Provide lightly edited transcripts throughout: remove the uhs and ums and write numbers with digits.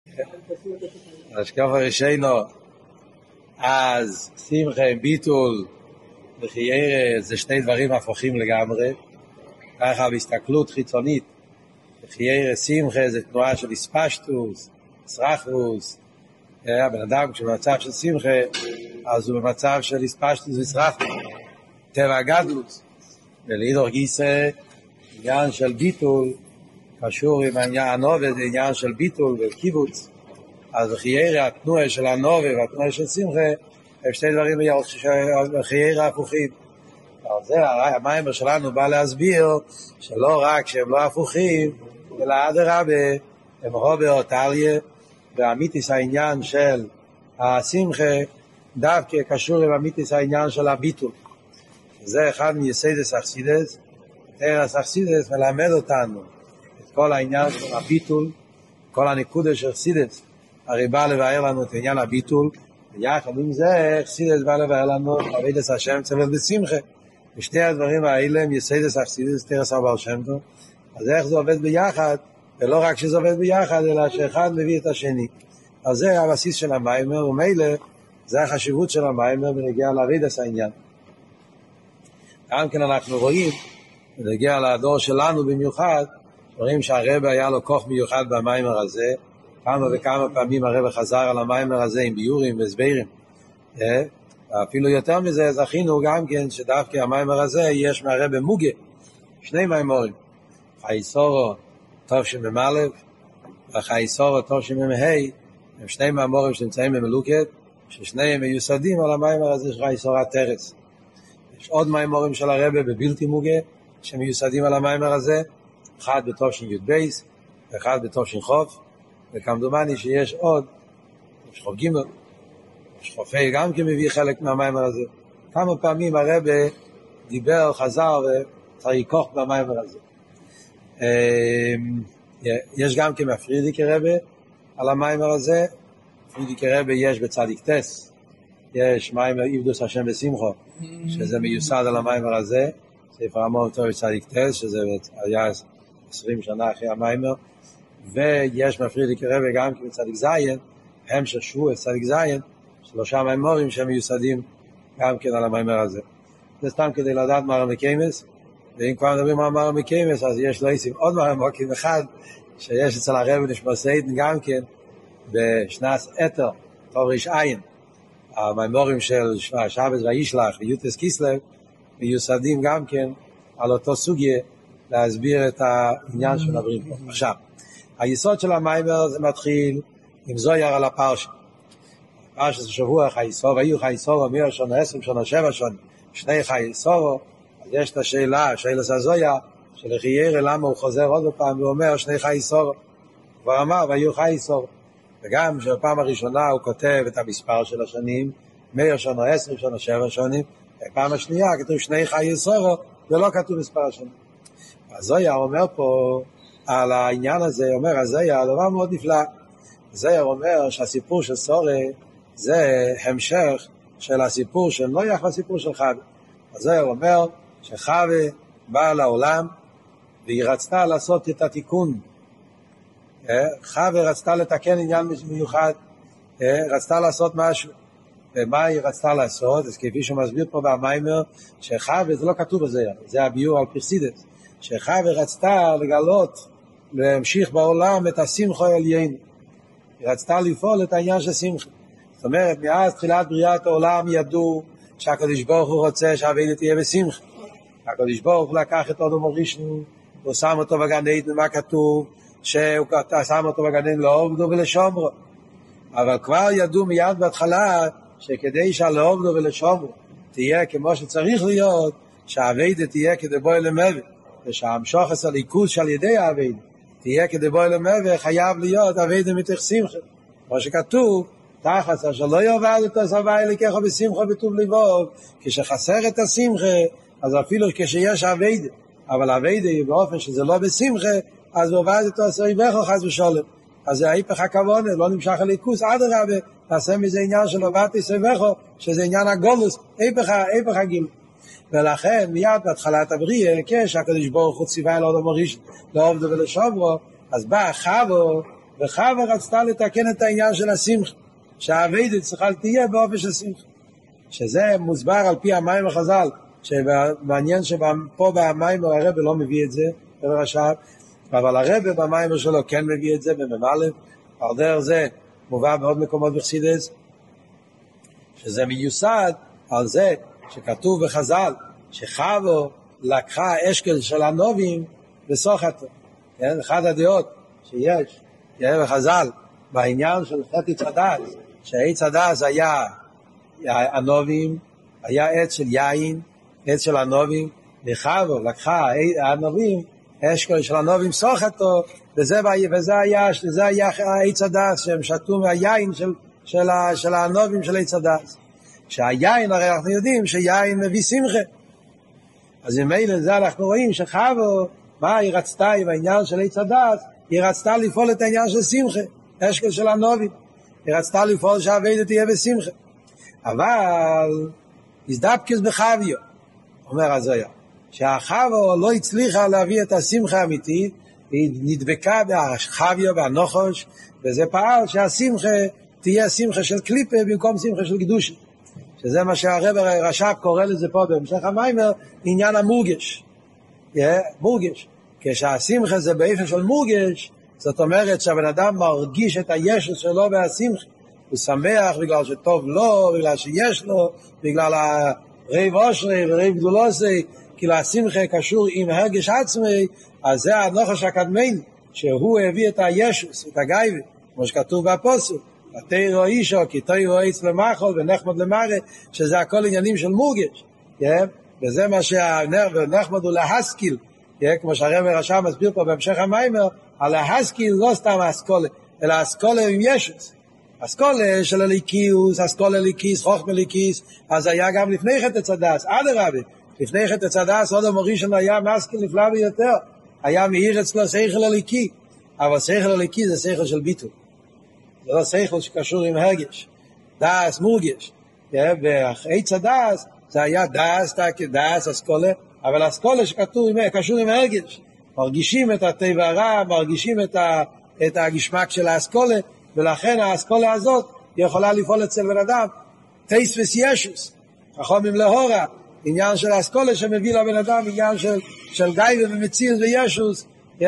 השקף הראשינו, אז שמחה, ביטול וחיירה זה שני דברים הפוכים לגמרי. ככה בהסתכלות חיצונית, חיירה שמחה זה תנועה של הספשטוס, סרחוס. הבן אדם כשבמצב של שמחה אז הוא במצב של הספשטוס וסרחוס, טבע הגדלוס. ולהידור גיסא עניין של ביטול קשור עם העניין הנובה, זה עניין של ביטול וקיבוץ. אז חיירה, התנועה של הנובה והתנועה של שמחה הם שני דברים חיירה הפוכים. אז זה המיימר שלנו בא להסביר שלא רק שהם לא הפוכים, אלא אדרבה, הם רובה אותליה, והמיתיס העניין של השמחה דווקא קשור עם המיתיס העניין של הביטול. זה אחד מיסיידס אכסידס. תרס אכסידס מלמד אותנו את כל העניין של הביטול, כל הנקודה של אכסידס הרי בא לבאר לנו את עניין הביטול, ויחד עם זה אכסידס בא לבאר לנו את עבודת השם צוות בשמחה. ושתי הדברים האלה הם יסיידס אכסידס, תרס הבעל שם טוב. אז איך זה עובד ביחד, ולא רק שזה עובד ביחד, אלא שאחד מביא את השני. אז זה הבסיס של המיימר, ומילא זה החשיבות של המיימר בנגיע לעבודת העניין. גם כן אנחנו רואים, בנגיע לדור שלנו במיוחד, רואים שהרב היה לו כוח מיוחד במיימר הזה, כמה וכמה פעמים הרב חזר על המיימר הזה עם ביורים והסברים. אפילו יותר מזה זכינו גם כן שדווקא המיימר הזה יש מהרב מוגה, שני מיימורים, חייסורו טוב שממלב וחייסורו טוב שממהי, הם שני מיימורים שנמצאים במלוקת, ששניהם מיוסדים על המיימר הזה של חייסורת תרס. יש עוד מיימורים של הרב בבלתי מוגה שמיוסדים על המיימר הזה, אחד בתושין י' בייס ואחד בתושין חוף, וכמדומני שיש עוד, יש חוף ג', יש חופי גם כן מביא חלק מהמיימר הזה. כמה פעמים הרב דיבר, חזר וצריך כוח במיימר הזה. יש גם כן מפרידיקי רב על המיימר הזה. פרידיקי רב יש בצדיק טס, יש מיימר עבדוס השם בשמחו, שזה מיוסד על המיימר הזה, ספר המון טוב בצדיק טס, שזה היה 20 שנה אחרי המיימר. ויש מפרידיקי רב גם כן בצדיק זיין, המשך שבוע צדיק זיין, שלושה מיימורים שמיוסדים גם כן על המיימר הזה. זה סתם כדי לדעת מה רמקיימס, ואם כבר מדברים על מה רמקיימס, אז יש להיסים עוד מרמוקים אחד, שיש אצל הרב נשמע סיידן גם כן, בשנס אתר, טוב ריש עין, המיימורים של שבס וישלח ויוטס קיסלב, מיוסדים גם כן על אותו סוגיה, להסביר את העניין של הדברים פה. עכשיו, היסוד של המיימר זה מתחיל עם זויר על הפרשה. פרשת השבוע חייסור, והיו חייסור, מיר שונה 10 שונה 7 שונה, שני חייסור. אז יש את השאלה, שאלת הזויה, של חיירה, למה הוא חוזר עוד פעם ואומר שני חייסור. כבר אמר, והיו חייסור. וגם שבפעם הראשונה הוא כותב את המספר של השנים, מיר שונה 10 שונה 7 שונים, בפעם השנייה כתוב שני חייסור, ולא כתוב מספר השנים. הזויה אומר פה, על העניין הזה, אומר הזויה, דבר מאוד נפלא. הזויה אומר שהסיפור של סורה, זה המשך של הסיפור של נויח והסיפור של חווה. הזויה אומר שחווה באה לעולם והיא רצתה לעשות את התיקון. חווה רצתה לתקן עניין מיוחד, רצתה לעשות משהו. ומה היא רצתה לעשות? אז כפי שמסביר פה במיימר, שחווה, זה לא כתוב בזה, זה הביור על פרסידס, שחווה רצתה לגלות, להמשיך בעולם את השמחה העליון. היא רצתה לפעול את העניין של שמחה. זאת אומרת, מאז תחילת בריאת העולם ידעו שהקדוש ברוך הוא רוצה שהעבודה תהיה בשמחה. הקדוש ברוך הוא לקח את אדם הראשון, הוא שם אותו בגן עדן, מה כתוב? שהוא שם אותו בגן עדן לעובדו ולשומרו. אבל כבר ידעו מיד בהתחלה שכדי שהלעובדו ולשומרו תהיה כמו שצריך להיות, שהעבודה תהיה כדי בוא למוות, ושהמשוך את הליכוז שעל ידי העבודה תהיה כדי בוא למוות, חייב להיות עבודה מתוך שמחה. כמו שכתוב, תחת אשר לא יאבד את הסבי לקחו בשמחה בטוב לבוב, כשחסר את השמחה, אז אפילו כשיש עבודה, אבל עבודה היא באופן שזה לא בשמחה, אז הוא עובד את הסבי בכו חס ושולם. אז זה ההיפך הכוונה, לא נמשך הליכוס, עד הרבה, נעשה מזה עניין של עובד הסבי בכו, שזה עניין הגולוס, היפך הגיל. ולכן מיד בהתחלת הבריאה, כשהקדוש ברוך הוא ציווה לאדם הראשון לעובדו ולשומרו, אז בא חווה וחווה רצתה לתקן את העניין של השמחה, שהעבודה צריכה תהיה באופן של שמחה. שזה מוסבר על פי המים החז"ל, שמעניין שפה במים הרב לא מביא את זה, אבל הרב במים שלו כן מביא את זה בממלא, על דרך זה מובא בעוד מקומות בחסידות, שזה מיוסד על זה שכתוב בחז"ל, שחווה לקחה אשכל של הנובים וסוחתו. כן? אחד הדעות שיש בחז"ל בעניין של חטא הדעת, שעץ הדעת היה הנובים, היה עץ של יין, עץ של הנובים, וחווה לקחה הנובים, אשכל של הנובים סוחתו, וזה היה עץ הדעת שהם שתו מהיין של הנובים של עץ הדעת. שהיין, הרי אנחנו יודעים שיין מביא שמחה. אז ממילא זה אנחנו רואים שחווה, מה היא רצתה עם העניין של עץ הדעת? היא רצתה לפעול את העניין של שמחה, אשכל של הנובים. היא רצתה לפעול שהעבודה תהיה בשמחה. אבל הזדבקס בחוויה, אומר הזוהר, שהחווה לא הצליחה להביא את השמחה האמיתית, היא נדבקה בחוויה והנוחש, וזה פעל שהשמחה תהיה שמחה של קליפה במקום שמחה של קדושה. שזה מה שהרב רש"ב קורא לזה פה בהמשך המיימר, עניין המורגש. מורגש. כשהשמחה זה באופן של מורגש, זאת אומרת שהבן אדם מרגיש את הישו שלו והשמחה. הוא שמח בגלל שטוב לו, בגלל שיש לו, בגלל הרב אושרי ורב גדולוסי, כאילו השמחה קשור עם הרגש עצמי, אז זה הנוחש הקדמני, שהוא הביא את הישוס, את הגייבה, כמו שכתוב בפסוק, ותירו אישו, כי תירו עץ למחול ונחמד למראה, שזה הכל עניינים של מורגש, וזה מה שהנחמד הוא להשכיל, כמו שהרב רש"ב מסביר פה בהמשך המיימר, על להשכיל לא סתם האסכולה, אלא האסכולה עם ישוס, אסכולה של הליקיוס, אסכולה ליקיס, חוכמה ליקיס, אז היה גם לפני חטא צדס, אדרבה, לפני חטא צדס, עוד המורישן היה משכיל נפלא ביותר, היה מאיר אצלו שכל הליקי, אבל שכל הליקי זה שכל של ביטול, זה לא שכל שקשור עם הרגש, דאס מורגש, ועץ הדאס זה היה דאס אסכולה, אבל אסכולה שקשור עם הרגש, מרגישים את הטבע הרע, מרגישים את הגשמק של האסכולה, ולכן האסכולה הזאת יכולה לפעול אצל בן אדם טייס וסיאשוס, חכמים להורה, עניין של האסכולה שמביא לבן אדם עניין של גייבה ומציאות וישוס,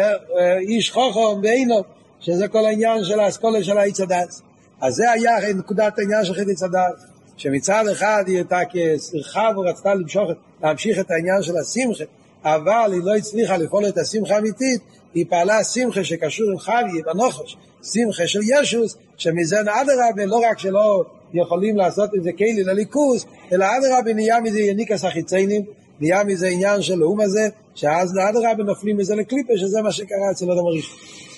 איש חכם ואינו, שזה כל העניין של האסכולה של העץ הדעת. אז זה היה נקודת העניין של חטא הדעת, שמצד אחד היא הייתה כסרחה ורצתה להמשיך את העניין של השמחה, אבל היא לא הצליחה לפעול את השמחה האמיתית, היא פעלה שמחה שקשור עם חבי, עם הנוחש, שמחה של ישוס, שמזה אדרבה, לא רק שלא יכולים לעשות את זה כלי לליכוס, אלא אדרבה נהיה מזה יניקס החיציינים, נהיה מזה עניין של לאום הזה, שאז אדרבה נופלים מזה לקליפה, שזה מה שקרה אצל אדם הראשון.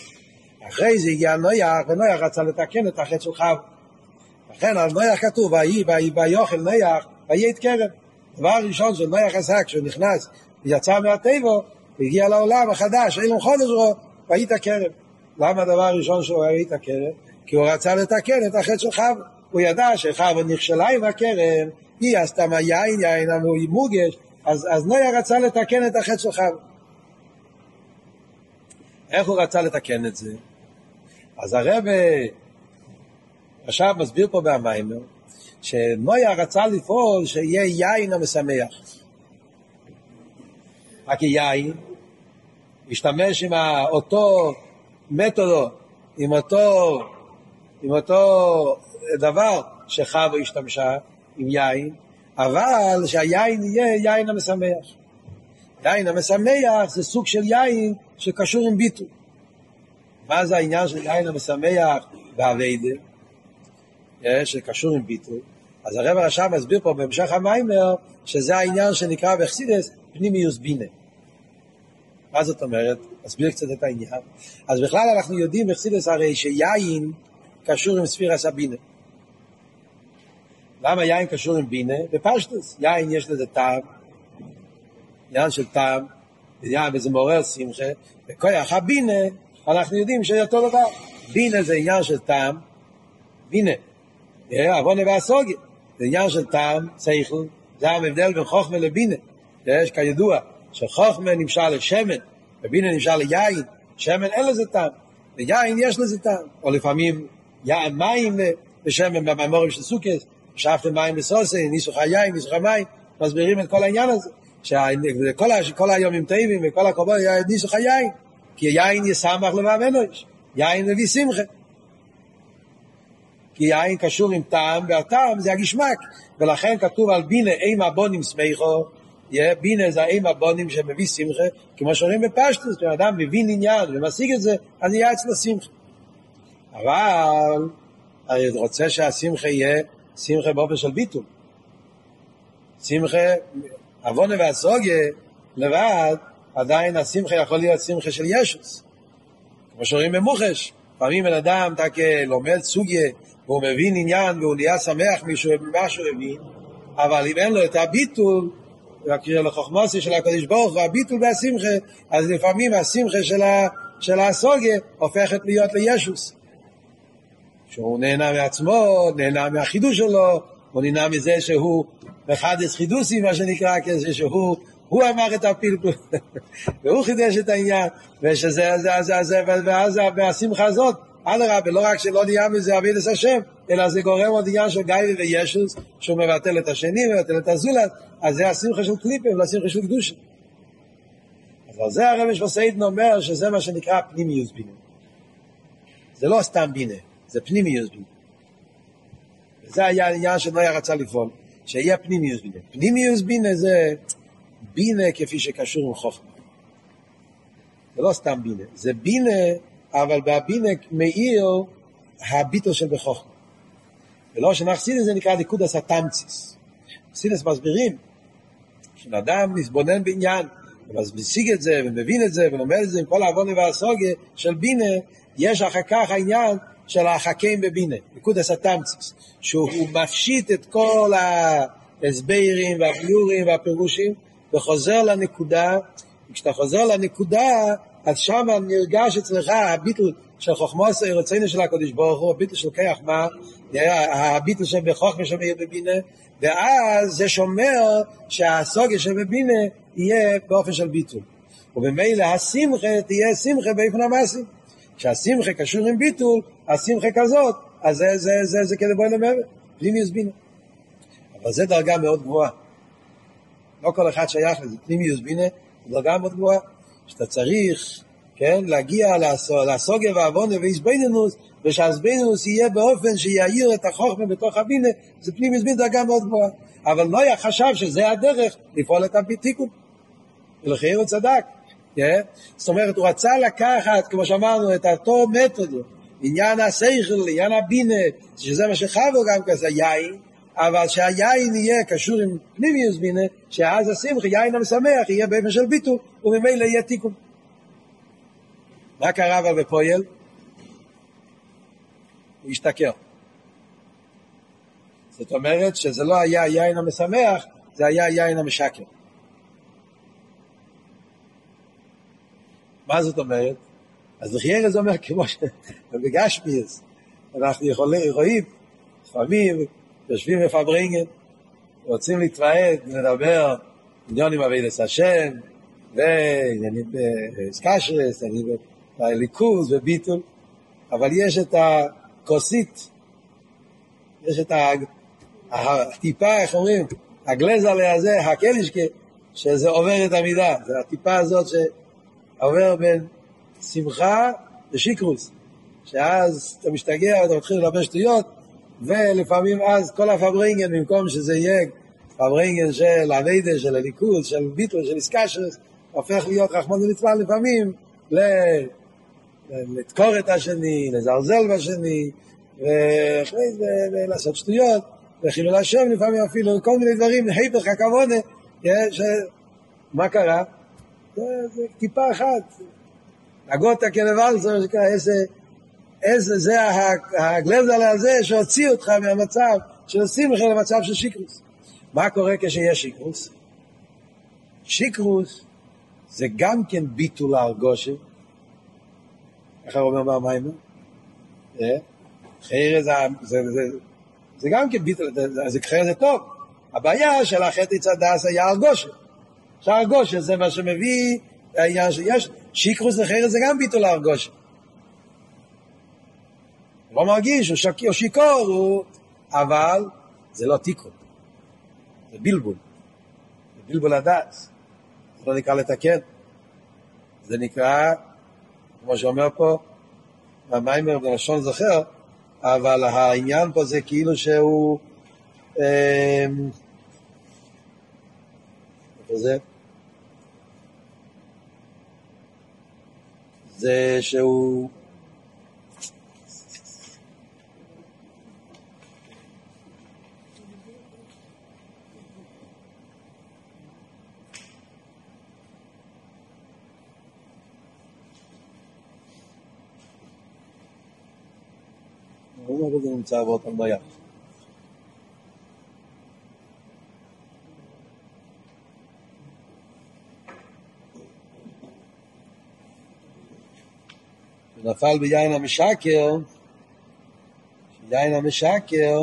אחרי זה הגיע נויח, ונויח רצה לתקן את החטא של חווה. לכן על נויח כתוב, ויאכל נויח, ויית כרם. דבר ראשון של נויח עשה, כשהוא נכנס, יצא מהטבע, והגיע לעולם החדש, אילום חודש רו, ויית כרם. למה הדבר הראשון שהוא ויית כרם? כי הוא רצה לתקן את החטא של חווה. הוא ידע שחווה נכשלה עם הכרם, היא עשתה מהיין, יין מורגש, אז נויח רצה לתקן את החטא של חווה. איך הוא רצה לתקן את זה? אז הרב עכשיו מסביר פה במיימר, שנויח רצה לפעול שיהיה יין המשמח. רק יין, השתמש עם אותו מתודו, עם אותו דבר שחווה השתמשה עם יין, אבל שהיין יהיה יין המשמח. יין המשמח זה סוג של יין שקשור עם ביטול. מה זה העניין של יין המשמח בעבודה? שקשור עם ביטול. אז הרב הרש"ב מסביר פה בהמשך המיימר שזה העניין שנקרא בחסידות פנימיוס בינה. מה זאת אומרת? מסביר קצת את העניין. אז בכלל אנחנו יודעים בחסידות הרי שיין קשור עם ספירס הבינה. למה יין קשור עם בינה? בפשטוס, יין יש לזה טעם, עניין של טעם, וזה מעורר שמחה, וכוח הבינה, אנחנו יודעים שזה אותו דבר. בינה זה עניין של טעם, בינה, עוונה והסוגיה, זה עניין של טעם, שכל, זה המבדל בין חוכמה לבינה. יש כידוע שחוכמה נמשל לשמן, ובינה נמשל ליין, שמן אין לזה טעם. ויין יש לזה טעם. או לפעמים מים בשם במאמרים של סוכות, שאפתם מים בסוסי, ניסוך היין, ניסוך המים, מסבירים את כל העניין הזה. שכל היומים טובים וכל הקורבנות היה ניסוך היין, כי יין ישמח לבב אנוש, יין מביא שמחה. כי יין קשור עם טעם, והטעם זה הגשמק, ולכן כתוב על בינה אימה בונים שמחו, בינה זה אימה בונים שמביא שמחה, כמו שאומרים בפשטוס, כשאדם מבין עניין ומשיג את זה, אז יהיה אצלו שמחה. אבל אני רוצה שהשמחה יהיה שמחה באופן של ביטול. שמחה, עוונה והסוגיה לבד, עדיין השמחה יכול להיות שמחה של ישוס. כמו שאומרים במוחש, פעמים בן אדם לומד סוגיה, והוא מבין עניין, והוא נהיה שמח ממה שהוא מבין, אבל אם אין לו את הביטול, והקריאה לחוכמוסי של הקדוש ברוך הוא, הביטול והשמחה, אז לפעמים השמחה של הסוגיה הופכת להיות לישוס. שהוא נהנה מעצמו, נהנה מהחידוש שלו, הוא נהנה מזה שהוא מחדש חידוסי, מה שנקרא, כשהוא אמר את הפלפול, והוא חידש את העניין, ואז מהשמחה הזאת, אדרבה, לא רק שלא נהיה מזה עבודת השם, אלא זה גורם עוד עניין של גאווה וישוס, שהוא מבטל את השני, מבטל את הזולת, אז זה השמחה של קליפה, ולשמחה של קדושה. אז על זה הרב שפוסיידן אומר, שזה מה שנקרא פנימיוס בינה. זה לא סתם בינה, זה פנימיוס בינה. וזה היה העניין שנויה רצה לפעול, שיהיה פנימיוס בינה. פנימיוס בינה זה בינה כפי שקשור עם חוכמה. זה לא סתם בינה, זה בינה, אבל בבינה מאיר הביטול של בחוכמה. ולא שנחסידס זה נקרא נקודס התמציס. חסידס מסבירים שאדם מתבונן בעניין, ומשיג את זה ומבין את זה ולומד את זה עם כל העוונה והסוגיה של בינה, יש אחר כך העניין של החכים בבינה, נקודס התמציס, שהוא מפשיט את כל ההסברים והביורים והפירושים וחוזר לנקודה. וכשאתה חוזר לנקודה, אז שם נרגש אצלך הביטל של חוכמוס רצינו של הקדוש ברוך הוא, הביטל של כיח מה, הביטל של בחוכמה שמאיר בבינה, ואז זה שומר שהסוגיה של בבינה יהיה באופן של ביטול. ובמילא השמחה תהיה שמחה באופן המעשי. כשהשמחה קשור עם ביטול, השמחה כזאת, אז זה כדי בוא למעבר, פנימיוס בינה. אבל זה דרגה מאוד גבוהה. לא כל אחד שייך לזה, פנימיוס בינה, זה דרגה מאוד גבוהה. שאתה צריך, כן, להגיע לסוגיה והעוונה והסבינינוס, ושהסבינינוס יהיה באופן שיעיר את החוכמה בתוך הבינה, זה פנימיוס בינה דרגה מאוד גבוהה. אבל נויה חשב שזה הדרך לפעול את הביטיקון. ולכן הוא צדק. כן? זאת אומרת, הוא רצה לקחת, כמו שאמרנו, את אותו מתודו, עניין השכל, עניין הבינה, שזה מה שחבו גם כזה יין, אבל שהיין יהיה קשור עם פנימיוס בינה, שאז השמחה, יין המשמח, יהיה באופן של ביטול, וממילא יהיה תיקון. מה קרה אבל בפועל? הוא השתכר. זאת אומרת שזה לא היה יין המשמח, זה היה יין המשקר. מה זאת אומרת? אז לחייר זה אומר כמו שבגשמיס, אנחנו רואים, לפעמים, יושבים בפברינגן, רוצים להתוועד, לדבר עניונים עבודת השם, ועניינים בסקשרס, עניינים בליכוז וביטול, אבל יש את הכוסית, יש את הטיפה, איך אומרים, הגלזלה הזה, הקלישקה, שזה עובר את המידה, זה הטיפה הזאת שעובר בין שמחה ושיקרוס, שאז אתה משתגע ואתה מתחיל לדבר שטויות, ולפעמים אז כל הפברינגן, במקום שזה יהיה פברינגן של הווידה, של הליכוז, של ביטול, של איסקשרס, הופך להיות רחמנא ליצלן לפעמים לתקור את השני, לזרזל בשני, ולעשות שטויות, וחילול השם לפעמים אפילו, כל מיני דברים, היפך הכוונה, מה קרה? זה טיפה אחת, נגותה כלבלסר, איזה זה הגלזלה הזה שהוציא אותך מהמצב של שמחה למצב של שיקרוס. מה קורה כשיש שיקרוס? שיקרוס זה גם כן ביטול ההרגושה. איך הוא אומר מהמיימר? חייר זה גם כן ביטול, זה חייר זה טוב. הבעיה של החטא צדס היה הרגושה. שההרגושה זה מה שמביא העניין שיש. שיקרוס לחייר זה גם ביטול ההרגושה. לא מרגיש, הוא שיקור, אבל זה לא תיקון, זה בלבול, זה בלבול הדעת, זה לא נקרא לתקן, זה נקרא, כמו שאומר פה, במיימר בלשון זוכר, אבל העניין פה זה כאילו שהוא, איפה זה? זה שהוא זה נמצא באותם ביד. נפל ביין המשקר, יין המשקר,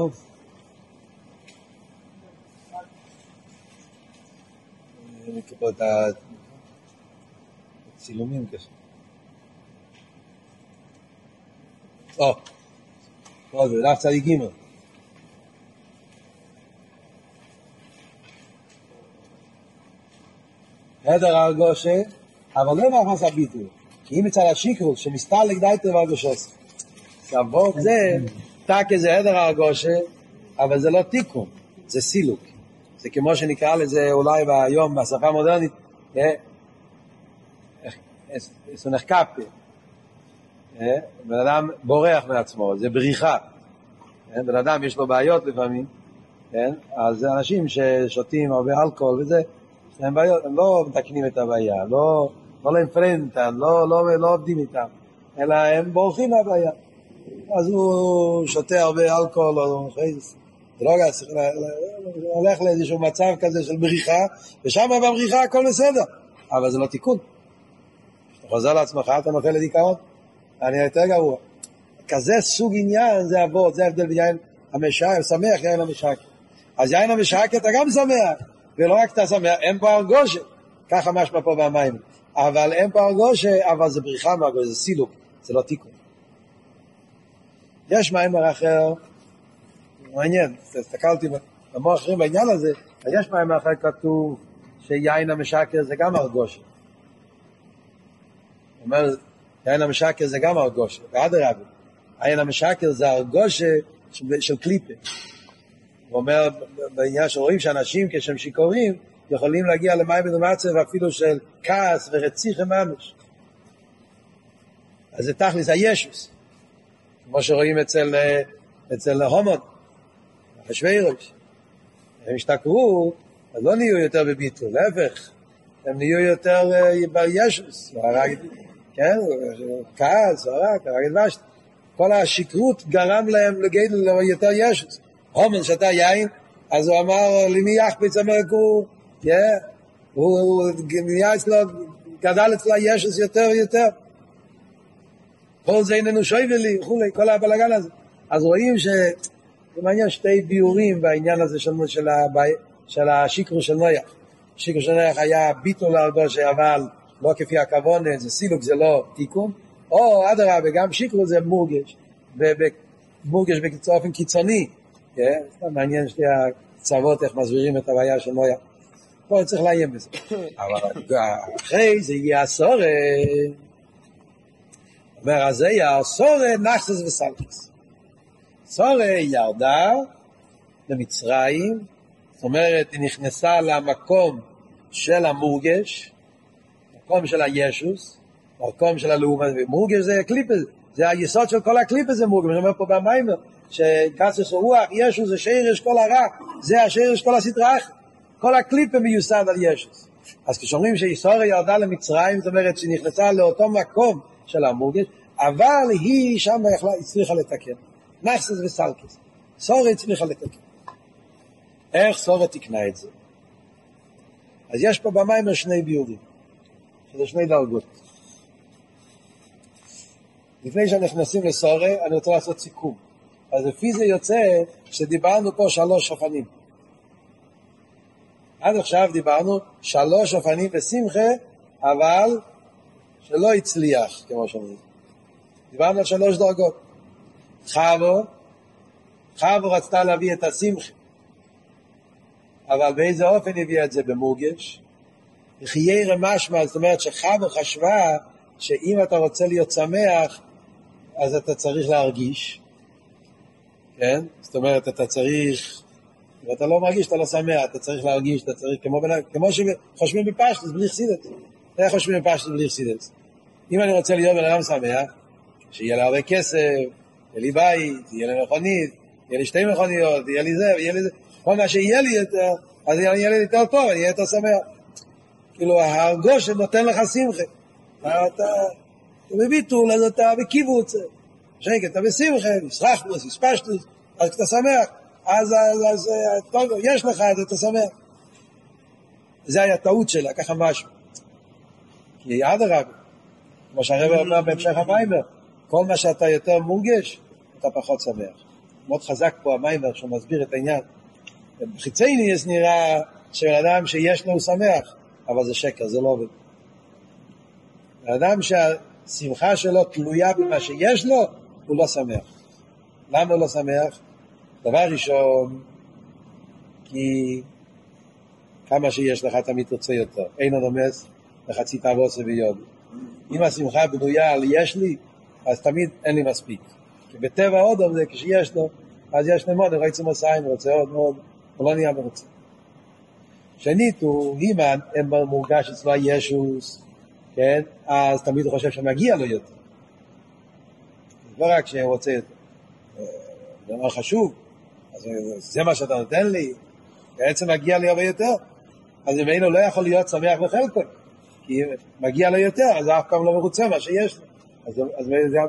נקרא את הצילומים כזה. זה דף צדיק ג' הדר הרגושה, אבל לא מאחס הביטוי, כי אם אצל השיקרוס שמסתלק דייטר והרגושוס, סבוק זה, תק איזה הדר הרגושה, אבל זה לא תיקון, זה סילוק. זה כמו שנקרא לזה אולי ביום, בשפה המודרנית, זה נחקפי. בן אדם בורח מעצמו, זה בריחה. בן אדם יש לו בעיות לפעמים, אז זה אנשים ששותים הרבה אלכוהול וזה, יש להם בעיות, הם לא מתקנים את הבעיה, לא להפרן איתם, לא עובדים איתם, אלא הם בורחים מהבעיה. אז הוא שותה הרבה אלכוהול, או דרוגס, הולך לאיזשהו מצב כזה של בריחה, ושם בבריחה הכל בסדר, אבל זה לא תיקון. אתה חוזר לעצמך, אתה נופל לדיכאון, אני יותר גרוע. כזה סוג עניין זה עבוד, זה ההבדל ביין המשקר, שמח יין המשקר. אז יין המשקר אתה גם שמח, ולא רק אתה שמח, אין פה הרגושה, ככה משמע פה במים, אבל אין פה הרגושה, אבל זה בריחה מהרגושה, זה סילוק, זה לא תיקון. יש מיימר אחר, מעניין, הסתכלתי במוח אחרים בעניין הזה, יש מיימר אחר כתוב שיין המשקר זה גם הרגושה. הוא אומר, יין המשקר זה גם הרגושה, ואדרבה, יין המשקר זה הרגושה של קליפה. הוא אומר, בעניין שרואים שאנשים כשהם שיקורים, יכולים להגיע למים במצב אפילו של כעס ורציח ממש. אז זה תכלס הישוס. כמו שרואים אצל הומון, השווירוש. הם השתכרו, אז לא נהיו יותר בביטול, להפך. הם נהיו יותר בישוס. כן, כעס, הרג דבשת. כל השקרות גרם להם לגדל יותר ישוס. הומן שתה יין, אז הוא אמר, למי יחפיץ אמריקו, הוא נהיה אצלו, גדל אצלו ישוס יותר. כל זה איננו שויבה לי, כל הבלגן הזה. אז רואים זה מעניין שתי ביורים בעניין הזה של השיקרו של נויח. השיקרו של נויח היה ביטול להרגושה, אבל לא כפי הכוונה, זה סילוק, זה לא תיקון. או אדרבה, גם שיקרו זה מורגש, מורגש באופן קיצוני. מעניין שתי הקצוות איך מסבירים את הבעיה של נויח. פה צריך להיים בזה. אבל אחרי זה יהיה הסורה. אומר, אז זה יהיה הסורה נחסס וסלקס. סורה ירדה למצרים, זאת אומרת, היא נכנסה למקום של המורגש, מקום של הישוס, מקום של הלאומה, מורגש זה קליפה, זה היסוד של כל הקליפה זה מורגש, אני אומר פה במיימר, שקצס רוח, ישוס זה שרש כל הרע, זה השרש כל הסדרה, כל הקליפה מיוסד על ישוס. אז כשאומרים שיסורה ירדה למצרים, זאת אומרת שהיא נכנסה לאותו מקום של המורגש, אבל היא שם הצליחה לתקן. נחסס וסלקס. סורה הצליחה לתקן. איך סורה תקנה את זה? אז יש פה במיימר שני ביורים. שזה שני דרגות. לפני שנכנסים לסורה, אני רוצה לעשות סיכום. אז לפי זה יוצא שדיברנו פה 3 אופנים. עד עכשיו דיברנו 3 אופנים בשמחה, אבל שלא הצליח, כמו שאומרים. דיברנו על 3 דרגות. חווה רצתה להביא את השמחה, אבל באיזה אופן הביאה את זה? במורגש. חיירה משמע, זאת אומרת שחווה חשבה שאם אתה רוצה להיות שמח, אז אתה צריך להרגיש, כן? זאת אומרת, אתה צריך, ואתה לא מרגיש, אתה לא שמח, אתה צריך להרגיש, אתה צריך, כמו שחושבים בפשטוס, בלי חסידות. איך חושבים בפשטוס בלי חסידות? אם אני רוצה להיות בן אדם שמח, שיהיה לי הרבה כסף, יהיה לי בית, יהיה לי מכונית, יהיה לי 2 מכוניות, יהיה לי זה, ויהיה לי זה, כל מה שיהיה לי יותר, אז יהיה לי יותר טוב, אני אהיה יותר שמח. כאילו, ההרגוש שנותן לך שמחה. אתה בביטול, אז אתה בקיבוץ, שקט, אתה בשמחה, ישרחתוס, יספשתוס, אז אתה שמח, אז טוב, יש לך, אז אתה שמח. זה היה טעות שלה, ככה משהו. כי עד הרב, כמו שהרב אומר בהמשך המיימר, כל מה שאתה יותר מורגש, אתה פחות שמח. מאוד חזק פה המיימר שהוא מסביר את העניין. בחיצייני יש נראה שבאדם שיש לו הוא שמח, אבל זה שקר, זה לא עובד. האדם שהשמחה שלו תלויה במה שיש לו, הוא לא שמח. למה הוא לא שמח? דבר ראשון, כי כמה שיש לך תמיד תרצה יותר. אין הנומס לחצי תאבוס ויוד. אם השמחה בנויה על יש לי, אז תמיד אין לי מספיק. כי בטבע עוד זה, כשיש לו, אז יש לו מאוד, רצה מסיים, רוצה עוד מאוד, הוא לא נהיה מרוצה. שנית הוא, אם אין מורגש אצלו הישוס, כן? אז תמיד הוא חושב שמגיע לו יותר. לא רק שהוא רוצה יותר. זה מאוד חשוב. אז זה מה שאתה נותן לי, בעצם מגיע לי הרבה יותר. אז אם אינו לא יכול להיות שמח בחלקו, כי מגיע לו יותר, אז אף פעם לא מרוצה מה שיש לו. אז גם...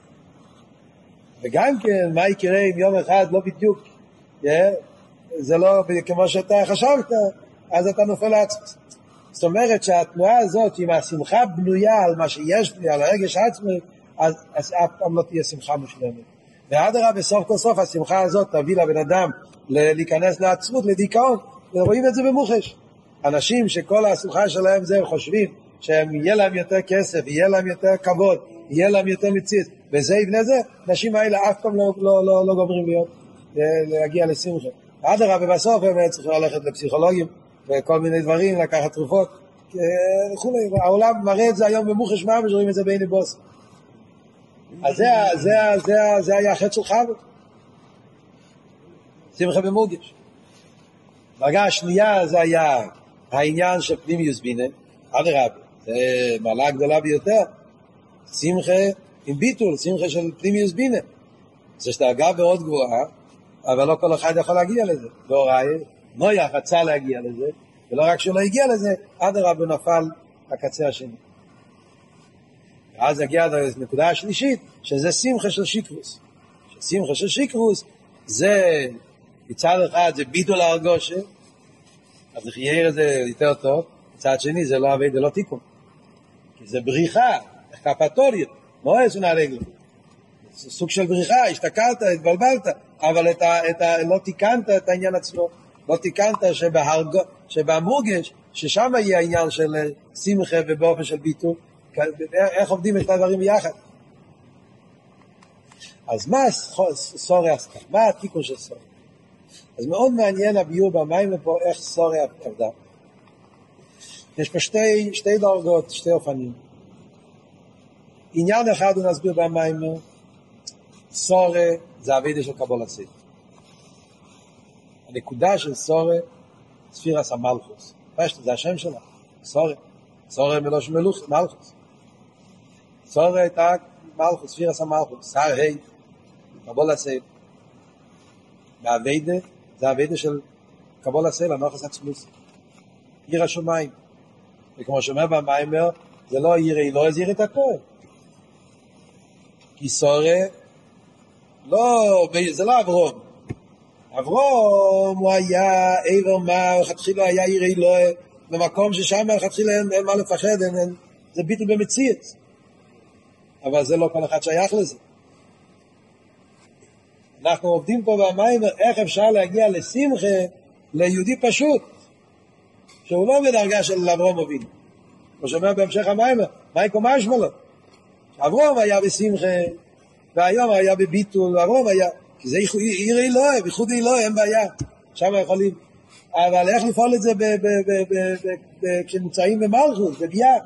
וגם כן, מה יקרה אם יום אחד לא בדיוק, זה לא כמו שאתה חשבת, אז אתה נופל לעצמך. זאת אומרת שהתנועה הזאת, אם השמחה בנויה על מה שיש לי, על הרגש עצמי, אז אף פעם לא תהיה שמחה מושלמת. ואדרבה, בסוף כל סוף, השמחה הזאת תביא לבן אדם להיכנס לעצמות, לדיכאון, ורואים את זה במוחש. אנשים שכל השמחה שלהם זה, הם חושבים שהם יהיה להם יותר כסף, יהיה להם יותר כבוד, יהיה להם יותר מציץ, וזה יבנה זה, אנשים האלה אף פעם לא גומרים להיות, להגיע לשמחה. אדרבה, בסוף הם צריכים ללכת לפסיכולוגים, וכל מיני דברים, לקחת תרופות, וכולי. העולם מראה את זה היום במוחש ממש, רואים את זה בעיני בוס. אז זה היה החטא של חווה. שמחה במורגש. דרגה השנייה זה היה העניין של פנימיוס בינה, אדרבה, זה מעלה גדולה ביותר. שמחה עם ביטול, שמחה של פנימיוס בינה. זה דרגה מאוד גבוהה, אבל לא כל אחד יכול להגיע לזה. לא ראי, נויח רצה להגיע לזה, ולא רק שלא הגיע לזה, אדרבה נפל לקצה השני. ואז הגיע לנקודה השלישית, שזה שמחה של שיקרוס. שמחה של שיקרוס, זה מצד אחד זה ביטול הרגושה, אז לחייר את זה יותר טוב, מצד שני זה לא עבד, זה לא תיקון. כי זה בריחה, קפטורית, מואס ונהרגל. זה סוג של בריחה, השתכרת, התבלבלת, אבל לא תיקנת את העניין עצמו. לא תיקנת שבמורגש, ששם יהיה העניין של שמחה ובאופן של ביטול, איך עובדים את הדברים ביחד. אז מה סורי עשתה? מה התיקון של סורי? אז מאוד מעניין הביור במים ופה איך סורי עבדה. יש פה שתי דרגות, שתי אופנים. עניין אחד הוא נסביר במים, סורי זה עבודה של קבולת שכל. הנקודה של סורי, ספירס המלכוס. פשט, זה השם שלה, סורי. סורי מלוש מלכוס. סורי הייתה מלכוס, ספירס המלכוס. שר ה' קבולת שכל. והעבודה, זה העבודה של קבולת שכל, הנוחס עצמוס. עיר השומיים. וכמו שאומר במיימר, זה לא עיר אלוהי, זה עיר את הכל. כי סורי, זה לא אברום. אברום הוא היה עבר מה, חתחילה היה עיר אלוהי, במקום ששם חתחילה אין מה לפחד, זה ביטול במציאות. אבל זה לא כל אחד שייך לזה. אנחנו עובדים פה במיימר, איך אפשר להגיע לשמחה ליהודי פשוט, שהוא לא בדרגה של אברום אבינו. כמו שאומר בהמשך המיימר, מייקו משמע לו. אברום היה בשמחה, והיום היה בביטול, והרוב היה, כי זה עיר אלוהים, ייחוד אלוהים, אין בעיה, שם יכולים, אבל איך לפעול את זה כשנמצאים במלכוס, בביאה?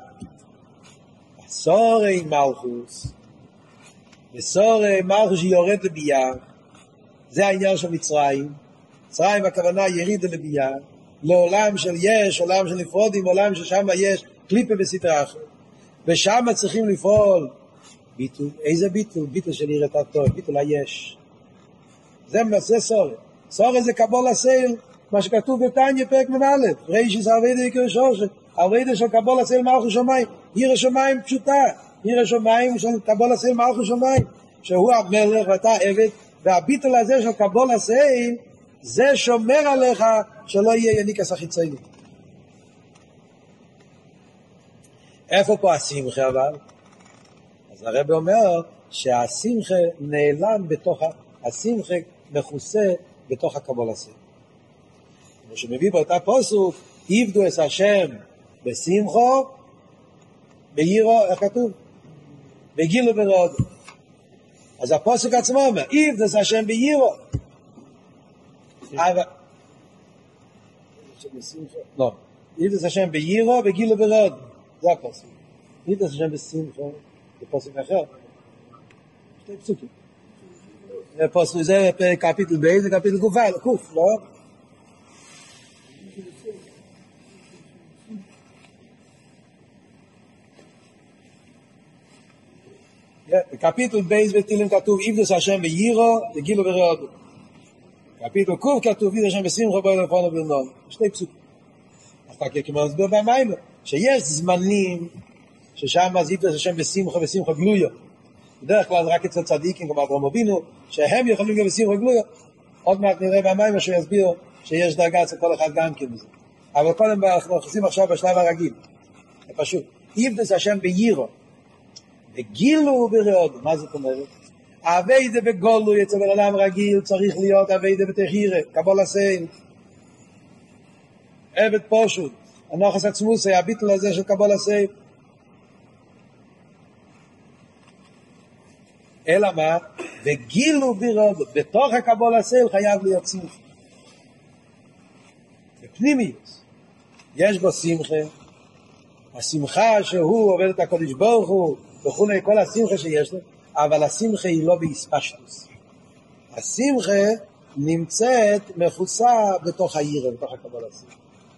סורי מלכוס, וסורי מלכוס שיורד לביאה, זה העניין של מצרים, מצרים הכוונה ירידה לביאה, לעולם של יש, עולם של נפרודים, עולם ששם יש קליפה וסתרה אחרת, ושם צריכים לפעול ביטול. איזה ביטול? ביטול של יראת הטוב, ביטול היש. זה סורי. סורי זה קבול הסייל, מה שכתוב בתניא פרק מ"א, רישיס עבודה עיקר שורש, עבודה של קבול הסייל מלכות שמיים, עיר השמיים פשוטה, עיר השמיים של קבול הסייל מלכות שמיים, שהוא המלך ואתה עבד, והביטול הזה של קבול הסייל, זה שומר עליך שלא יהיה יניקס החיצוני. איפה פה השמחה אבל? אז הרב אומר שהשמחה נעלם בתוך, השמחה מכוסה בתוך הקבול הסייל. כמו שמביא באותה פסוק, עבדו את השם בשמחו, בירו, איך כתוב? בגילו ברעדו. אז הפסוק עצמו אומר, עבדו את השם בירו. לא, עבדו את השם בירו, בגילו ברעדו. זה הפסוק. עבדו את השם בשמחו, זה פסוק אחר. שתי פסוקים. זה קפיטל ב', זה קפיטל קוף, לא? בקפיטל בייס בתהילים כתוב עבדוס השם בירו וגילו ברעדו. קפיטל קוף כתוב עבדוס השם בשמחו בו לפון ובנון. שתי פסוקים. אז כמו הסביר במים, שיש זמנים ששם אז עבדוס השם בשמחו גלויו. בדרך כלל רק אצל צדיקים כמו אברהם אבינו, שהם יכולים גם בשמחו גלויו. עוד מעט נראה במים שהוא יסביר שיש דרגה אצל כל אחד גם כן בזה. אבל קודם אנחנו נכנסים עכשיו בשלב הרגיל. זה פשוט. עבדוס השם בירו וגילו ברעדו. מה זאת אומרת? עבודה בגולוי אצל עולם רגיל צריך להיות עבודה בתחירה, קבול הסייל, עבד פשוט, הנוחס עצמוסי, הביטול הזה של קבול הסייל. אלא מה? וגילו ברעדו, בתוך הקבול הסייל חייב להיות שמחה. בפנימיות יש בו שמחה, השמחה שהוא עובד את הקודש ברוך הוא וכולי, כל השמחה שיש לו, אבל השמחה היא לא בהספשטוס. השמחה נמצאת מכוסה בתוך העיר, בתוך הקבול הסייל.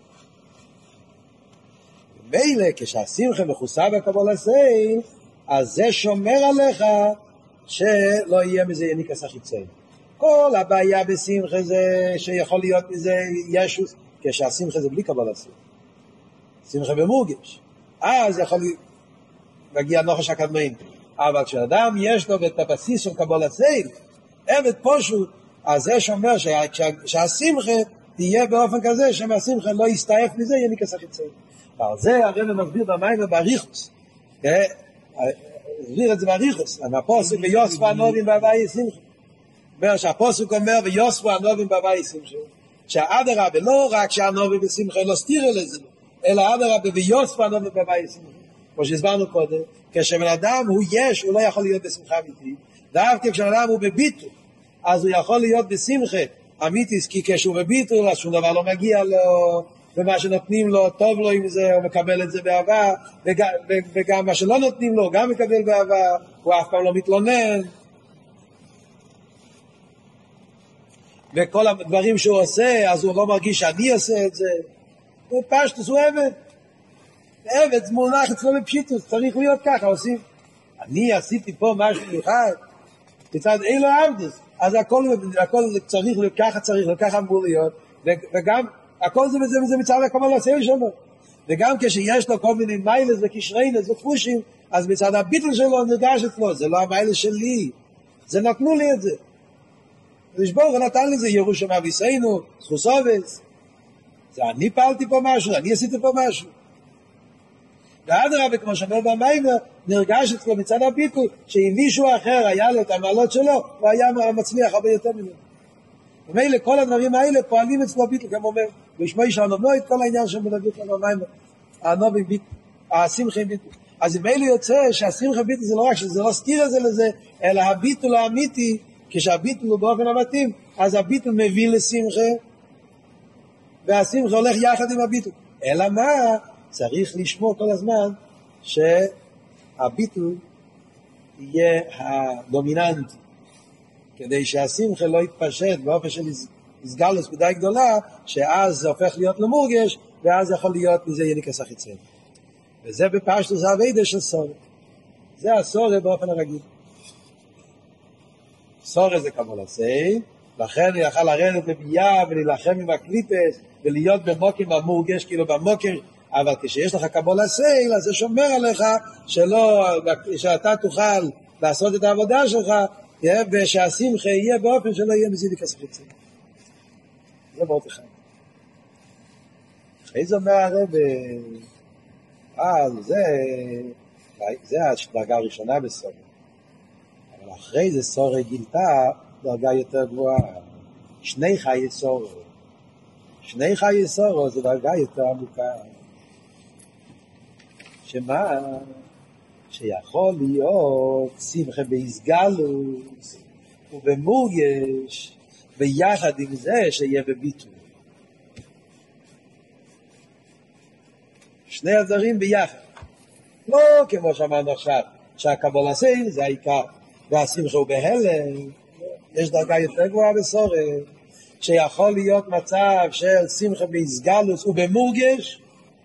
מילא כשהשמחה מכוסה בקבול הסייל, אז זה שומר עליך שלא יהיה מזה יניקס החיצוני. כל הבעיה בשמחה זה שיכול להיות מזה ישוס, כשהשמחה זה בלי קבול הסייל. שמחה במורגש. אז יכול להגיע נוחש הקדמאים. אבל כשאדם יש לו את הבסיס של קבול הסייל, עבד פשוט, אז זה שאומר שהשמחה תהיה באופן כזה, שמהשמחה לא יסתעף מזה, יהיה ניקס החיצוני. ועל זה הרב מסביר במים ובריחוס. הסביר את זה בריחוס. הפוסק ויוספו הנובים בהווי שמחה. אומר שהפוסק אומר ויוספו הנובים בהווי שמחה. שהאדרבה לא רק שהנובים בשמחה לא סתירה לזה, אלא אדרבה ויוספו הנובים בהווי שמחה. כמו שהסברנו קודם, כשבן אדם הוא יש, הוא לא יכול להיות בשמחה אמיתית. דווקא כשבן אדם הוא בביטול, אז הוא יכול להיות בשמחה אמיתית, כי כשהוא בביטול, אז שום דבר לא מגיע לו, ומה שנותנים לו, טוב לו עם זה, הוא מקבל את זה באהבה, וגם מה שלא נותנים לו, גם מקבל באהבה, הוא אף פעם לא מתלונן. וכל הדברים שהוא עושה, אז הוא לא מרגיש שאני עושה את זה. הוא פשטוס, הוא עבד. עבד זה מונח אצלו בפשיטוס, צריך להיות ככה, עושים. אני עשיתי פה משהו מיוחד, מצד אילו עבדוס, אז הכל צריך להיות ככה, ככה אמור להיות, וגם הכל זה מצד הקבול הסייל שלו, וגם כשיש לו כל מיני מיילס וקשריינס ופושים, אז מצד הביטל שלו נרגש אצלו, זה לא המיילס שלי, זה נתנו לי את זה. ושבור נתן לי זה ירושם אביסנו, זכוסובס, זה אני פעלתי פה משהו, אני עשיתי פה משהו. ואדרבה, כמו שאומר במיימר, נרגש אצלו מצד הביטול, שאם מישהו אחר היה לו את המעלות שלו, הוא היה מצליח הרבה יותר ממנו. ומילא כל הדברים האלה פועלים אצלו ביטול, כמו אומר, וישמעי שהנובנו את כל העניין שמדבר על המיימר, הנובים ביטול, השמחים ביטול. אז אם אלו יוצא שהשמחה ביטול זה לא רק שזה לא סתיר זה לזה, אלא הביטול האמיתי, כשהביטול הוא באופן המתאים, אז הביטול מביא לשמחה, והשמחה הולך יחד עם הביטול. אלא מה? צריך לשמור כל הזמן שהביטול יהיה הדומיננטי, כדי שהשמחה לא יתפשט באופן של הסגלוס מדי גדולה, שאז זה הופך להיות למורגש, ואז יכול להיות מזה יניקס החיצון. וזה בפשטוס זה הווידה של סורה. זה הסורה באופן הרגיל. סורה זה קבלה סי, לכן הוא יכל לרדת לבייה ולהילחם עם הקליפס, ולהיות במוקים המורגש, כאילו במוקר, אבל כשיש לך קבלה סי, אז זה שומר עליך שאתה תוכל לעשות את העבודה שלך, ושהשמחה יהיה באופן שלא יהיה מזה יניקס החיצון. זה מאוד אחד. אחרי זה אומר הרב, זה הדרגה הראשונה בסורה. אבל אחרי זה סורה גילתה דרגה יותר גבוהה. שני חיי סורה. שני חיי סורה זה דרגה יותר עמוקה. שמה? שיכול להיות שמחה בהסגלות ובמורגש, ביחד עם זה שיהיה בביטול. שני הדברים ביחד. לא כמו שאמרנו עכשיו, שהקבלה סי זה העיקר, והשמחה הוא בהלם. יש דרגה יותר גבוהה בסורה, שיכול להיות מצב של שמחה בהסגלוס ובמורגש,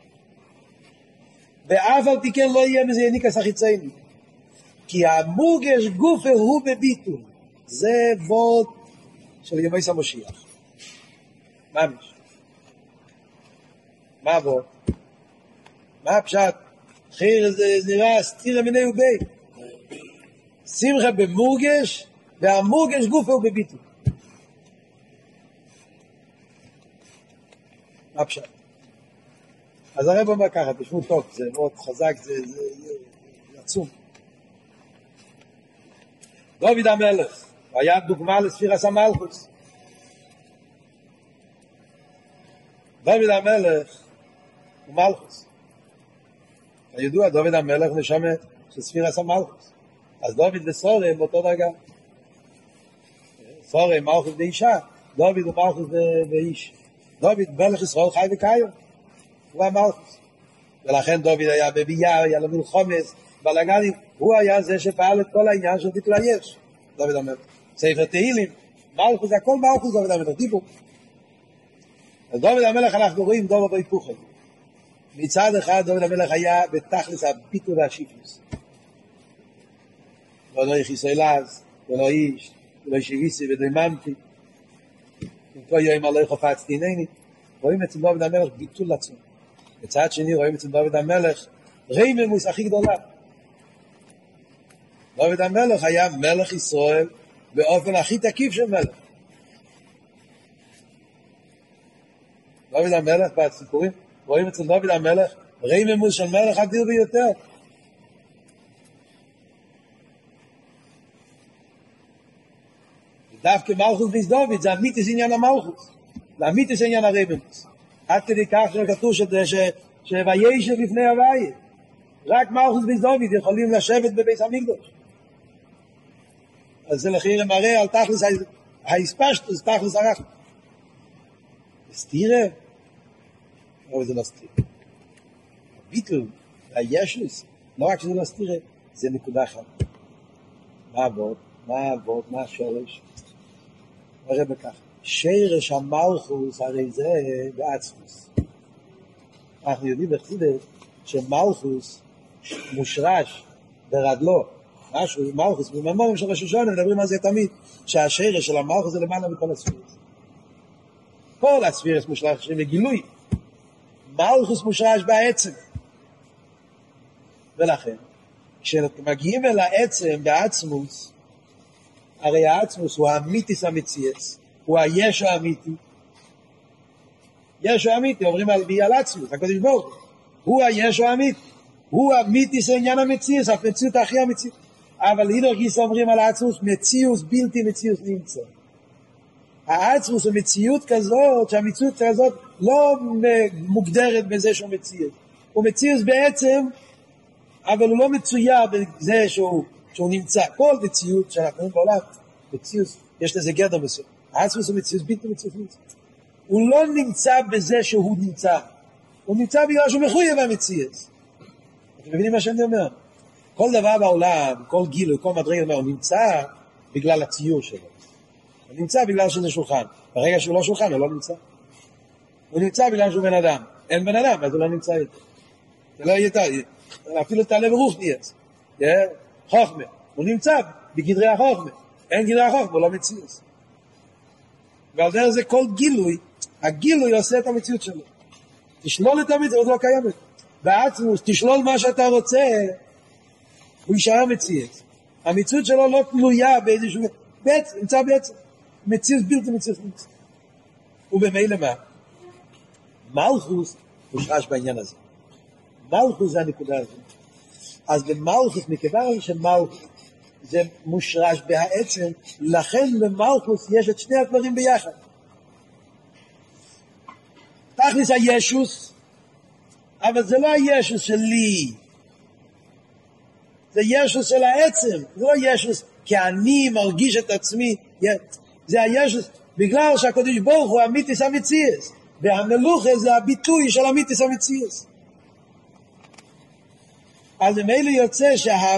ואף על פי כן לא יהיה מזה יניקס החיצוני. כי המורגש גופה הוא בביטול. זה ווד של ימי המשיח. ממש. מה ווד? מה הפשט? חיר זה נראה סתירה מיני ובי. שמחה במורגש, והמורגש גופה הוא בביטול. מה הפשט? אז הרב אומר ככה, תשמעו טוב, זה מאוד חזק, זה עצום. דוד המלך, היה דוגמה לספירס המלכוס. דוד המלך הוא מלכוס. הידוע, דוד המלך נשמה של ספירס המלכוס. אז דוד וסורה הם באותו דרגה. סורה מלכוס ואישה, דוד הוא מלכוס ואיש. דוד מלך ישראל חי וקיים. הוא המלכוס. ולכן דוד היה בבייה, היה לו מלחומס, בלגנים, הוא היה זה שפעל את כל העניין של תתלייש. דוד המלך. ספר תהילים, מלכוס, הכל מלכוס דוד המלך, דיבור. אז דוד המלך אנחנו רואים דובר בהיפוכו. מצד אחד דוד המלך היה בתכלס הביטול והשיפוס. לא יחיסו אלאז, ולא איש, ולא שיביסי ודממתי. כל יום הלא חפצתי הנני. רואים אצל דוד המלך ביטול עצום. בצד שני רואים אצל דוד המלך רייממוס הכי גדולה. דוד המלך היה מלך ישראל באופן הכי תקיף של מלך. דוד המלך בסיפורים רואים אצל דוד המלך רייממוס של מלך אדיר ביותר. דווקא מלכות ביס דוד זה אמיתיס עניין המלכות, זה אמיתיס עניין הרייממוס. עד כדי כך שכתוב שוישב לפני הוויה, רק מלכות ביס דוד יכולים לשבת בבית המקדש. אז זה לכיר מראה על תכלס ההספשטוס, תכלס הרחם. סתירה? אבל זה לא סתירה. הביטול, הישוס, לא רק שזה לא סתירה, זה נקודה אחת. מה עבוד? מה השורש? נראה בכך. שרש המלכוס הרי זה בעצמוס. אנחנו יודעים בחסידות שמלכוס מושרש ברדלו. משהו עם מלכוס, בממורים של ראש השונה מדברים על זה תמיד, שהשרש של המלכוס זה למעלה מכל הספירס. כל הספירס מושרש לגילוי. מלכוס מושרש בעצם. ולכן, כשמגיעים אל העצם בעצמוס, הרי העצמוס הוא האמיתיס המציאס, הוא הישו האמיתי. ישו האמיתי, אומרים על עצמוס, הקדוש ברוך הוא. הוא הישו האמיתי. הוא האמיתיס העניין המציאס, המציאות הכי המציאות. אבל הנה גיס אומרים על העצמוס, מציאוס בלתי מציאוס נמצא. העצמוס הוא מציאות כזאת, שהמציאות כזאת לא מוגדרת בזה שהוא מציאות. הוא מציאות בעצם אבל הוא לא מצויר בזה שהוא נמצא. כל מציאות שאנחנו רואים בעולם, מציאות, יש לזה גדר מסוים. העצמוס הוא מציאות בלתי מציאות. הוא לא נמצא בזה שהוא נמצא. הוא נמצא בגלל שהוא מחויב במציאות. אתם מבינים מה שאני אומר? כל דבר בעולם, כל גילוי, כל מדרגה, הוא נמצא בגלל הציור שלו. הוא נמצא בגלל שזה שולחן. ברגע שהוא לא שולחן, הוא לא נמצא. הוא נמצא בגלל שהוא בן אדם. אין בן אדם, אז הוא לא נמצא יותר. זה לא יהיה טוב. אפילו תעלה ברוך נהיה. חוכמה. הוא נמצא בגדרי החוכמה. אין גדרי החוכמה, הוא לא מציאות. ועל דרך זה כל גילוי, הגילוי עושה את המציאות שלו. תשלול את המציאות, הוא לא קיימת. בעצמוס, תשלול מה שאתה רוצה, הוא יישאר מציאות. המציאות שלו לא תלויה באיזשהו... בעצם, נמצא בעצם. מציאות בלתי מציאות. ובמילא מה? מלכוס מושרש בעניין הזה. מלכוס זה הנקודה הזאת. אז במלכוס, מכיוון שמלכוס זה מושרש בעצם, לכן במלכוס יש את שני הדברים ביחד. תכלס הישוס, אבל זה לא הישוס שלי, זה ישוס של העצם, זה לא ישוס כי אני מרגיש את עצמי, זה הישוס בגלל שהקדוש ברוך הוא אמיתיס המציאס, והמלוכה זה הביטוי של אמיתיס המציאס. אז ממילא יוצא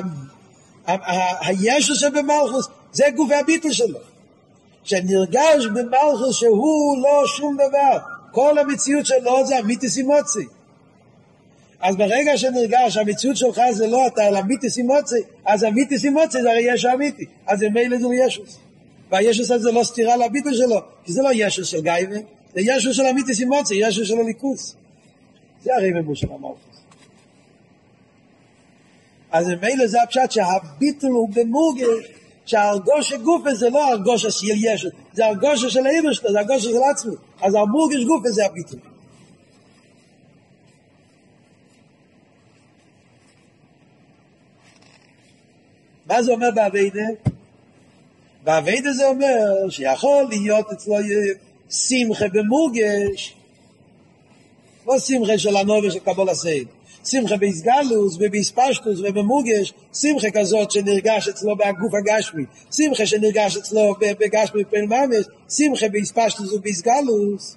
הישוס שבמלכוס זה גוף הביטוי שלו, שנרגש במלכוס שהוא לא שום דבר, כל המציאות שלו זה אמיתיס אימוצי. אז ברגע שנרגש המציאות שלך זה לא אתה, אלא אמיתיס אימוצי, אז אמיתיס אימוצי זה הרי יש אמיתי, אז ממילא זה לא ישוס. והישוס הזה לא סתירה לביטוי שלו, כי זה לא ישוס של גייבה, זה ישוס של אמיתיס אימוצי, ישוס של הליכוס. זה הרי ממוש של המלכוס. אז ממילא זה הפשט שהביטול הוא במורגש, שההרגוש הגוף הזה לא הרגוש של ישוס, זה הרגוש של העבר שלו, זה הרגוש של עצמו, אז המורגש גוף הזה הביטול. מה זה אומר בעבודה? בעבודה זה אומר שיכול להיות אצלו שמחה במורגש, לא שמחה של הנובר של קבול הסייל, שמחה בהסגלוס ובהספשטוס ובמורגש, שמחה כזאת שנרגש אצלו בגוף הגשמי, שמחה שנרגש אצלו בגשמי בפעיל ממש, שמחה בהספשטוס ובהסגלוס.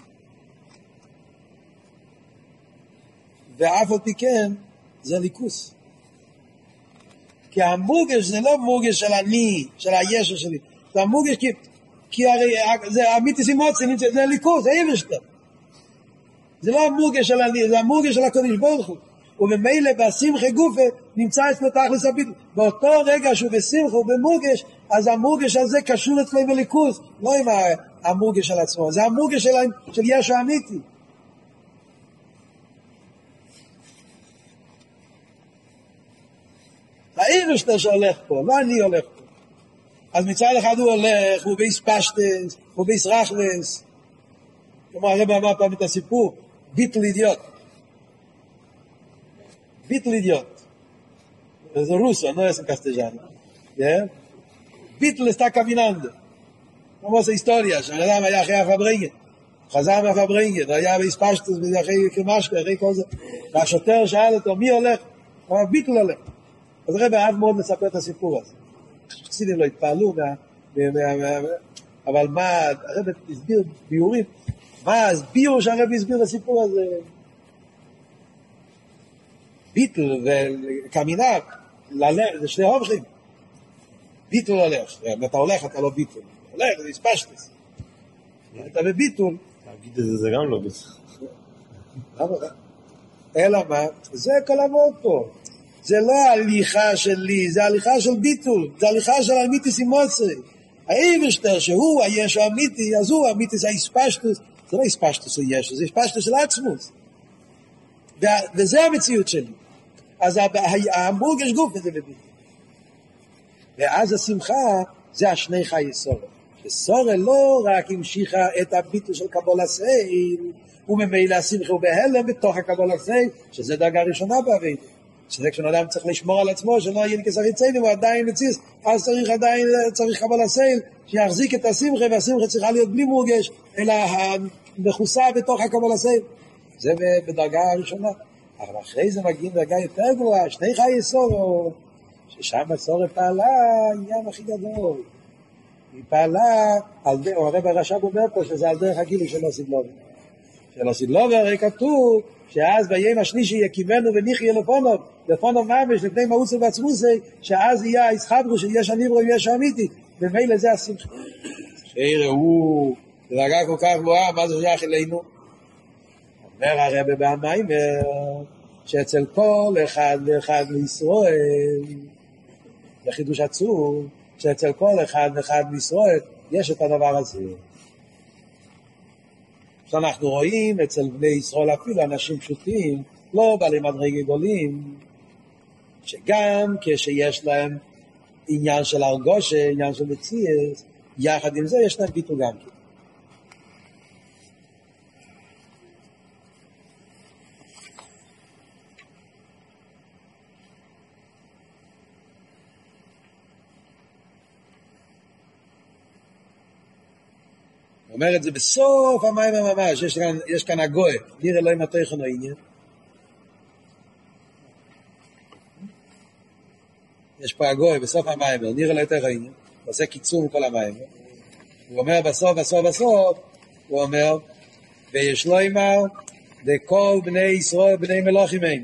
ואף על פי כן זה ליכוס. כי המורגש זה לא מורגש של אני, של הישו שלי, זה המורגש כי הרי זה אמיתיס אימוצי, זה ליכוס, זה אימא שלו. זה לא המורגש של אני, זה המורגש של הקדוש ברוך הוא. ובמילא בשמחה גופה נמצא אצלו תכלס הביטול. באותו רגע שהוא בשמחה ובמורגש, אז המורגש הזה קשור אצלו עם הליכוס, לא עם המורגש של עצמו, זה המורגש של ישו אמיתי. העיר שלו שהולך פה, לא אני הולך פה. אז מצד אחד הוא הולך, הוא בהספשטס, הוא בהסרחלס. כמו הרב אמר פעם את הסיפור, ביטל אידיוט. ביטל אידיוט. זה רוסו, לא יש קסטג'אני. ביטל está caminando. כמו זה היסטוריה, שהאדם היה אחרי הפברינגן. חזר מהפברינגן, היה בהספשטס, אחרי קרמשקה, אחרי כל זה. והשוטר שאל אותו, מי הולך? הוא אמר, ביטל הולך. אז הרב אהב מאוד לספר את הסיפור הזה. חסידים לא התפעלו, אבל מה, הרב הסביר ביורים, מה הסבירו שהרב הסביר לסיפור הזה? ביטל וקמינק, זה שני הופכים. ביטל הולך, אתה הולך, אתה לא ביטל. הולך, זה הספשטס. אתה בביטול. להגיד את זה גם לא בצח. אלא מה? זה כל עבוד פה. זה לא הליכה שלי, זה הליכה של ביטול, זה הליכה של אמיתיס אימוצי. האיברשטר שהוא הישו אמיתי, אז הוא אמיתיס האספשטוס, זה לא אספשטוס של ישו, זה אספשטוס של עצמוס. וזה המציאות שלי. אז המורגש גוף זה בביטול. ואז השמחה זה השני חיי סורה. שסורה לא רק המשיכה את הביטול של קבול הסייל, וממילא השמחה הוא בהלם בתוך הקבול הסייל, שזה דרגה ראשונה בעבודה. שזה כשאדם צריך לשמור על עצמו, שלא יהיה כסרי ציינים, הוא עדיין מציס, אז צריך קבל הסייל, שיחזיק את השמחה, והשמחה צריכה להיות בלי מורגש, אלא המכוסה בתוך הקבל הסייל. זה בדרגה הראשונה. אבל אחרי זה מגיעים דרגה יותר גבוהה, שני חיי סורו, ששם הסורו פעלה העניין הכי גדול. היא פעלה, הרב הרש"ב אומר פה שזה על דרך הגילוי של אוסיד לובר. של אוסיד לובר הרי כתוב שאז ביום השלישי יקימנו ונחיה לפונו ממש לפני מאוסו ועצמוסי, שאז יהיה הישחברו שיש הניברו ויש האמיתי, ומילא זה השמחה. שיראו דרגה כל כך גבוהה, מה זה שייך אלינו? אומר הרב במים שאצל כל אחד ואחד מישראל, זה חידוש עצום, שאצל כל אחד ואחד מישראל יש את הדבר הזה. שאנחנו רואים אצל בני ישראל אפילו אנשים פשוטים, לא בעלי מדרגה גדולים, שגם כשיש להם עניין של הרגושה, עניין של מציאות, יחד עם זה יש להם ביטול גם כן. אומר את זה בסוף המים ממש, יש כאן הגוי, נראה לא עם התוכן העניין. יש פה הגוי בסוף המים, נראה לא יותר העניין, עושה קיצור מכל המים. הוא אומר בסוף, הוא אומר, ויש לו אמר, דכל בני ישראל, בני מלוכים הם.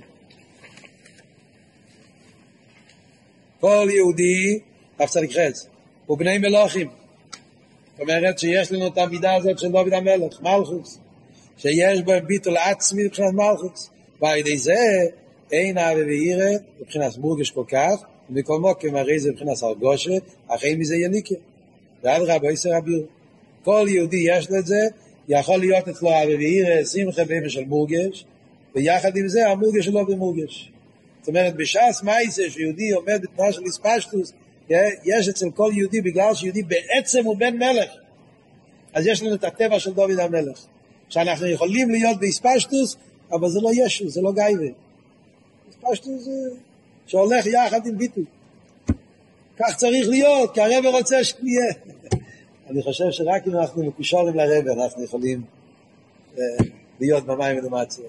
כל יהודי, אף צדיק חץ, הוא בני מלוכים. זאת אומרת שיש לנו את המידה הזאת של דוד המלך, מלכוס, שיש בו ביטול עצמי מבחינת מלכוס, ועל זה אין אהבה ויראה מבחינת מורגש כל כך, ומכל מוקם הרי זה מבחינת הרגושה, אחרי מזה יניקה. ועד רבו עשר אביר. כל יהודי יש לו את זה, יכול להיות אצלו אהבה ויראה, שמחה באופן של מורגש, ויחד עם זה המורגש שלו במורגש. זאת אומרת, בשעס מייסה שיהודי עומד בתנועה של הספשטוס, יש אצל כל יהודי, בגלל שיהודי בעצם הוא בן מלך, אז יש לנו את הטבע של דוד המלך, שאנחנו יכולים להיות בהספשטוס, אבל זה לא ישו, זה לא גייבה. הספשטוס זה שהולך יחד עם ביטול. כך צריך להיות, כי הרב רוצה שנהיה. אני חושב שרק אם אנחנו מקושרים לרב, אנחנו יכולים להיות במים ודומציה.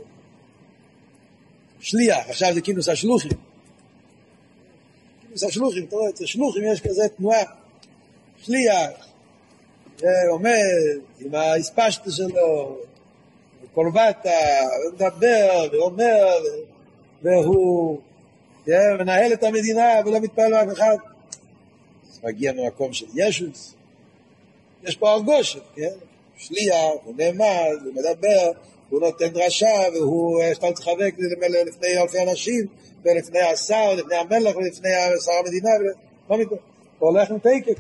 שליח, עכשיו זה כינוס השלוחים. כינוס השלוחים, תראו, אצל שלוחים יש כזה תנועה. שליח, עומד עם ההספשטה שלו, קורבטה, ומדבר, ואומר, והוא מנהל את המדינה, ולא מתפעל מאף אחד. אז מגיע ממקום של ישוס. יש פה הרגושת, כן? שליח, הוא נעמד, הוא מדבר, הוא נותן דרשה, והוא שאתה צריך לחבק לפני אלפי אנשים, ולפני השר, לפני המלך, ולפני שר המדינה, הוא הולך עם תקף.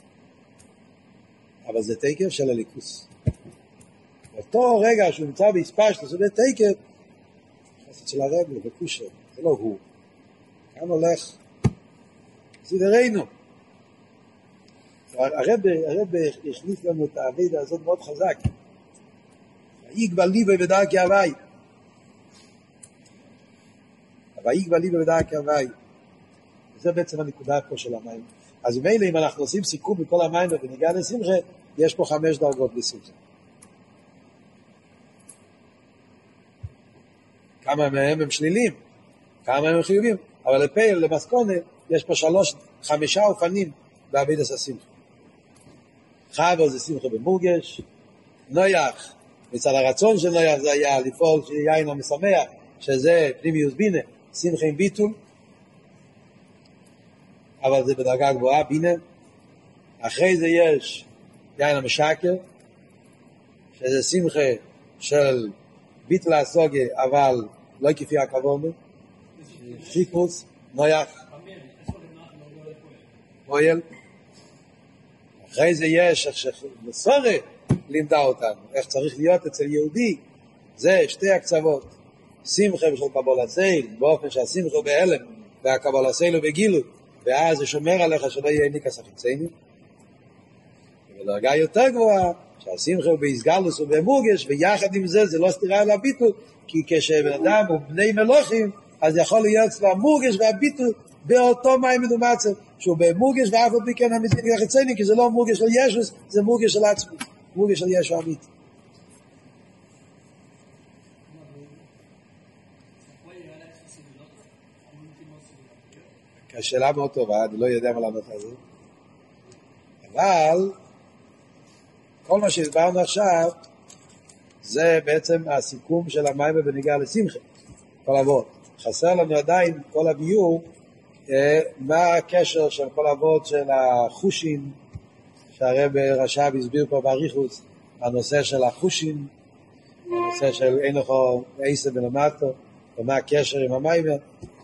אבל זה תקף של הליכוס. באותו רגע שהוא נמצא בהספשטוס ובתקף, חסד של הרב ובקושר, זה לא הוא. כאן הולך סדרנו. הרב הכניס לנו את העבודה הזאת מאוד חזק. ויגבה ליבו בדרכי הווי. ויגבה ליבו בדרכי הווי. וזה בעצם הנקודה פה של המים. אז מילא אם אנחנו עושים סיכום בכל המים ובניגע לשמחה, יש פה 5 דרגות בשמחה. כמה מהם הם שלילים, כמה מהם הם חיובים, אבל למסכונה יש פה 5 אופנים בעבודת השמחה. חבו זה שמחה במורגש, נויח, מצד הרצון של נויח זה היה לפעול שיין המשמח, שזה פנימיוס בינה, שמחה עם ביטול, אבל זה בדרגה גבוהה, בינה. אחרי זה יש יין המשקר, שזה שמחה של ביטל הסוגה, אבל לא כפי הכוונה, חיקוס, נויח, פועל. אחרי זה יש איך שמסורה לימדה אותנו, איך צריך להיות אצל יהודי, זה שתי הקצוות, שמחה של קבול הסייל, באופן שהשמחה הוא בהלם, והקבול הסייל הוא בגילות, ואז זה שומר עליך שלא יהיה ניקס החיצייני. ובדרגה יותר גבוהה, שהשמחה הוא בהסגלוס ובמורגש, ויחד עם זה, זה לא סתירה על הביטול, כי כשבן אדם הוא בני מלוכים, אז יכול להיות אצלו המורגש והביטול באותו מים מדומצה, שהוא במורגש ואף עוד מכן המציאות החיצייני, כי זה לא מורגש של ישוס, זה מורגש של עצמי, מורגש של ישו אמיתי. השאלה מאוד טובה, אני לא יודע מה לענות על זה. אבל כל מה שהסברנו עכשיו זה בעצם הסיכום של המים בניגע לשמחה, כל אבות. חסר לנו עדיין כל הביור, מה הקשר של כל אבות של החושים, שהרב רש"ב הסביר פה באריכות, הנושא של החושים, הנושא של אין לך עשר ולמטו, ומה הקשר עם המים.